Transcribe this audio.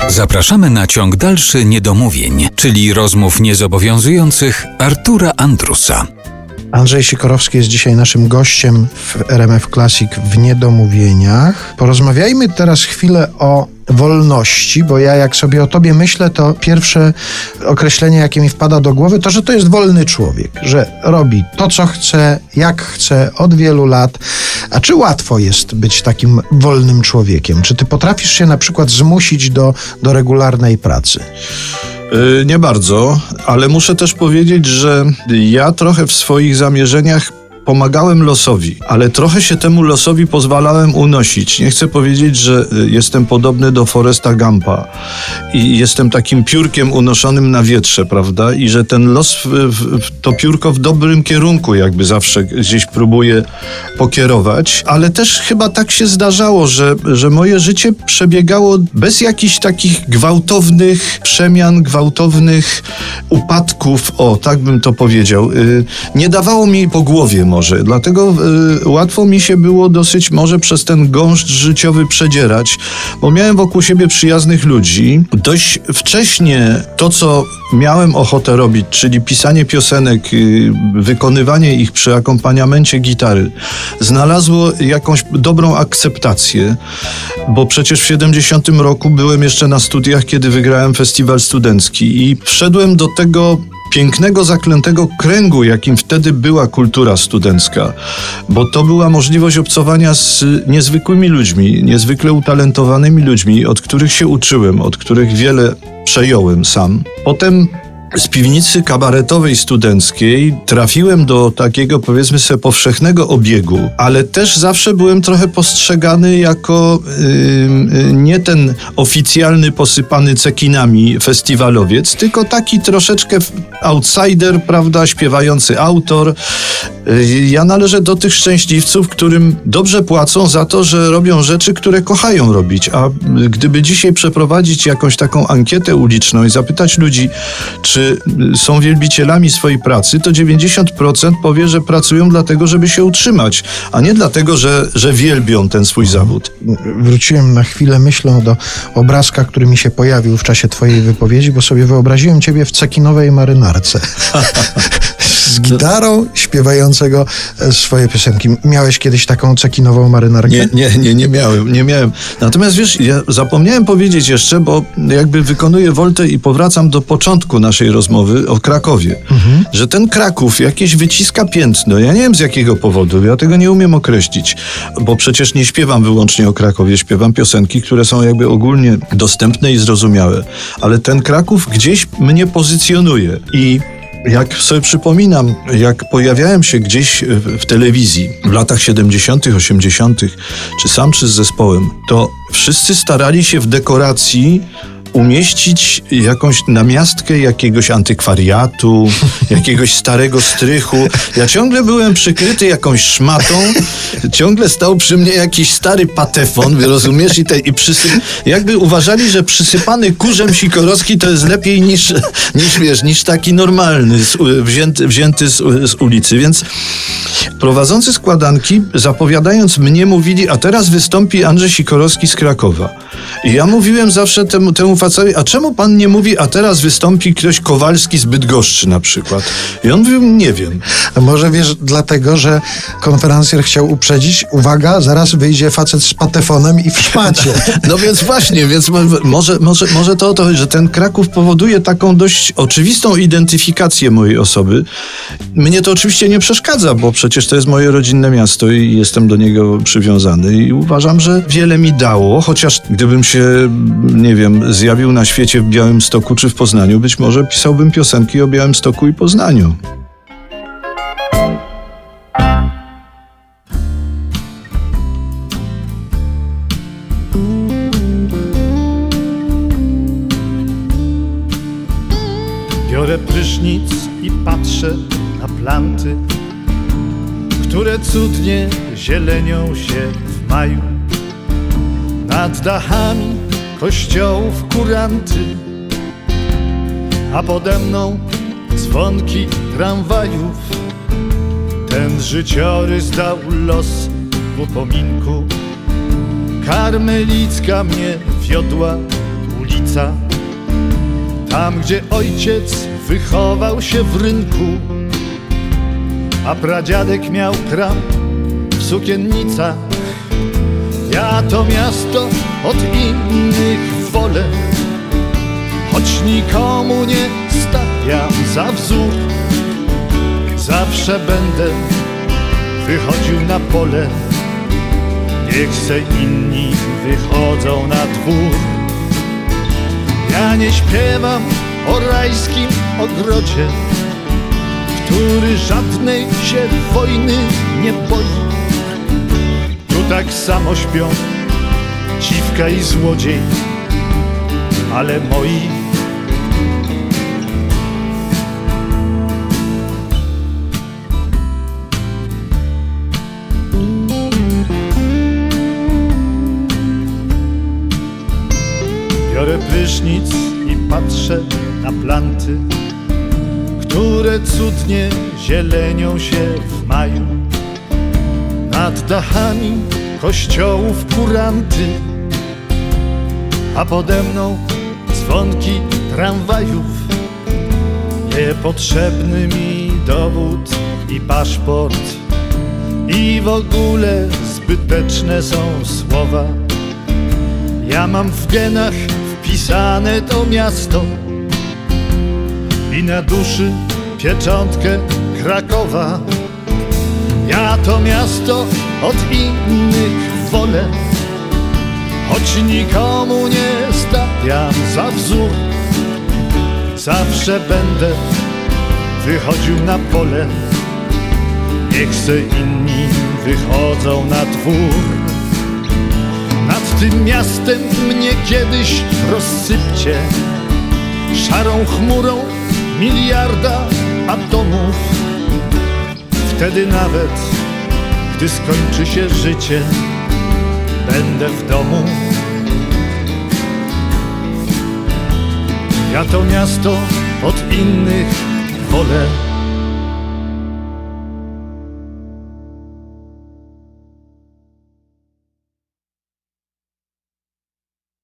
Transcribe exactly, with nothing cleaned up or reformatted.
Zapraszamy na ciąg dalszy niedomówień, czyli rozmów niezobowiązujących Artura Andrusa. Andrzej Sikorowski jest dzisiaj naszym gościem w R M F Classic w Niedomówieniach. Porozmawiajmy teraz chwilę o wolności, bo ja jak sobie o tobie myślę, to pierwsze określenie, jakie mi wpada do głowy, to, że to jest wolny człowiek, że robi to, co chce, jak chce, od wielu lat. A czy łatwo jest być takim wolnym człowiekiem? Czy ty potrafisz się na przykład zmusić do, do regularnej pracy? Yy, nie bardzo, ale muszę też powiedzieć, że ja trochę w swoich zamierzeniach pomagałem losowi, ale trochę się temu losowi pozwalałem unosić. Nie chcę powiedzieć, że jestem podobny do Forresta Gumpa i jestem takim piórkiem unoszonym na wietrze, prawda? I że ten los, w, w, to piórko w dobrym kierunku jakby zawsze gdzieś próbuje pokierować, ale też chyba tak się zdarzało, że, że moje życie przebiegało bez jakichś takich gwałtownych przemian, gwałtownych upadków, o, tak bym to powiedział. Yy, nie dawało mi po głowie może. Dlatego y, łatwo mi się było dosyć może przez ten gąszcz życiowy przedzierać, bo miałem wokół siebie przyjaznych ludzi. Dość wcześnie to, co miałem ochotę robić, czyli pisanie piosenek, y, wykonywanie ich przy akompaniamencie gitary, znalazło jakąś dobrą akceptację, bo przecież w siedemdziesiątym roku byłem jeszcze na studiach, kiedy wygrałem festiwal studencki i wszedłem do tego pięknego, zaklętego kręgu, jakim wtedy była kultura studencka, bo to była możliwość obcowania z niezwykłymi ludźmi, niezwykle utalentowanymi ludźmi, od których się uczyłem, od których wiele przejąłem sam. Potem z piwnicy kabaretowej studenckiej trafiłem do takiego, powiedzmy sobie, powszechnego obiegu, ale też zawsze byłem trochę postrzegany jako yy, nie ten oficjalny, posypany cekinami festiwalowiec, tylko taki troszeczkę outsider, prawda, śpiewający autor. Yy, ja należę do tych szczęśliwców, którym dobrze płacą za to, że robią rzeczy, które kochają robić, a gdyby dzisiaj przeprowadzić jakąś taką ankietę uliczną i zapytać ludzi, czy są wielbicielami swojej pracy, to dziewięćdziesiąt procent powie, że pracują dlatego, żeby się utrzymać, a nie dlatego, że, że wielbią ten swój zawód. Wróciłem na chwilę myślą do obrazka, który mi się pojawił w czasie twojej wypowiedzi, bo sobie wyobraziłem ciebie w cekinowej marynarce. Z gitarą śpiewającego swoje piosenki. Miałeś kiedyś taką cekinową marynarkę? Nie, nie, nie, nie miałem, nie miałem. Natomiast wiesz, ja zapomniałem powiedzieć jeszcze, bo jakby wykonuję woltę i powracam do początku naszej rozmowy o Krakowie, mhm. że ten Kraków jakieś wyciska piętno. Ja nie wiem z jakiego powodu, ja tego nie umiem określić, bo przecież nie śpiewam wyłącznie o Krakowie, śpiewam piosenki, które są jakby ogólnie dostępne i zrozumiałe, ale ten Kraków gdzieś mnie pozycjonuje i jak sobie przypominam, jak pojawiałem się gdzieś w, w telewizji w latach siedemdziesiątych, osiemdziesiątych, czy sam, czy z zespołem, to wszyscy starali się w dekoracji umieścić jakąś namiastkę jakiegoś antykwariatu, jakiegoś starego strychu. Ja ciągle byłem przykryty jakąś szmatą, ciągle stał przy mnie jakiś stary patefon, rozumiesz? I, te, i przysy... jakby uważali, że przysypany kurzem Sikorowski to jest lepiej niż, niż wiesz, niż taki normalny, wzięty, wzięty z, z ulicy. Więc prowadzący składanki, zapowiadając mnie, mówili, a teraz wystąpi Andrzej Sikorowski z Krakowa. I ja mówiłem zawsze temu, temu facetowi, a czemu pan nie mówi, a teraz wystąpi ktoś Kowalski z Bydgoszczy na przykład? I on mówił, nie wiem. A może wiesz, dlatego, że konferencjer chciał uprzedzić, uwaga, zaraz wyjdzie facet z patefonem i w szmacie. No więc właśnie, więc może, może, może to o to chodzi, że ten Kraków powoduje taką dość oczywistą identyfikację mojej osoby. Mnie to oczywiście nie przeszkadza, bo przecież to jest moje rodzinne miasto i jestem do niego przywiązany i uważam, że wiele mi dało, chociaż gdybym się, nie wiem, zjawił na świecie w Białymstoku czy w Poznaniu, być może pisałbym piosenki o Białymstoku i Poznaniu. Biorę prysznic i patrzę na planty, które cudnie zielenią się w maju. Nad dachami kościołów kuranty, a pode mną dzwonki tramwajów. Ten życiorys dał los w upominku. Karmelicka mnie wiodła ulica, tam gdzie ojciec wychował się w rynku, a pradziadek miał kram w sukiennicach. Ja to miasto od innych wolę, choć nikomu nie stawiam za wzór. Zawsze będę wychodził na pole, niech se inni wychodzą na dwór. Ja nie śpiewam o rajskim ogrodzie, który żadnej się wojny nie boi. Tu tak samo śpią dziwka i złodziej, ale moi. Biorę prysznic i patrzę na planty, które cudnie zielenią się w maju. Nad dachami kościołów kuranty, a pode mną dzwonki tramwajów. Niepotrzebny mi dowód i paszport, i w ogóle zbyteczne są słowa. Ja mam w genach wpisane to miasto i na duszy pieczątkę Krakowa. Ja to miasto od innych wolę, choć nikomu nie stawiam za wzór. Zawsze będę wychodził na pole, niech se inni wychodzą na dwór. Nad tym miastem mnie kiedyś rozsypcie szarą chmurą miliarda atomów. Wtedy nawet, gdy skończy się życie, będę w domu. Ja to miasto od innych wolę,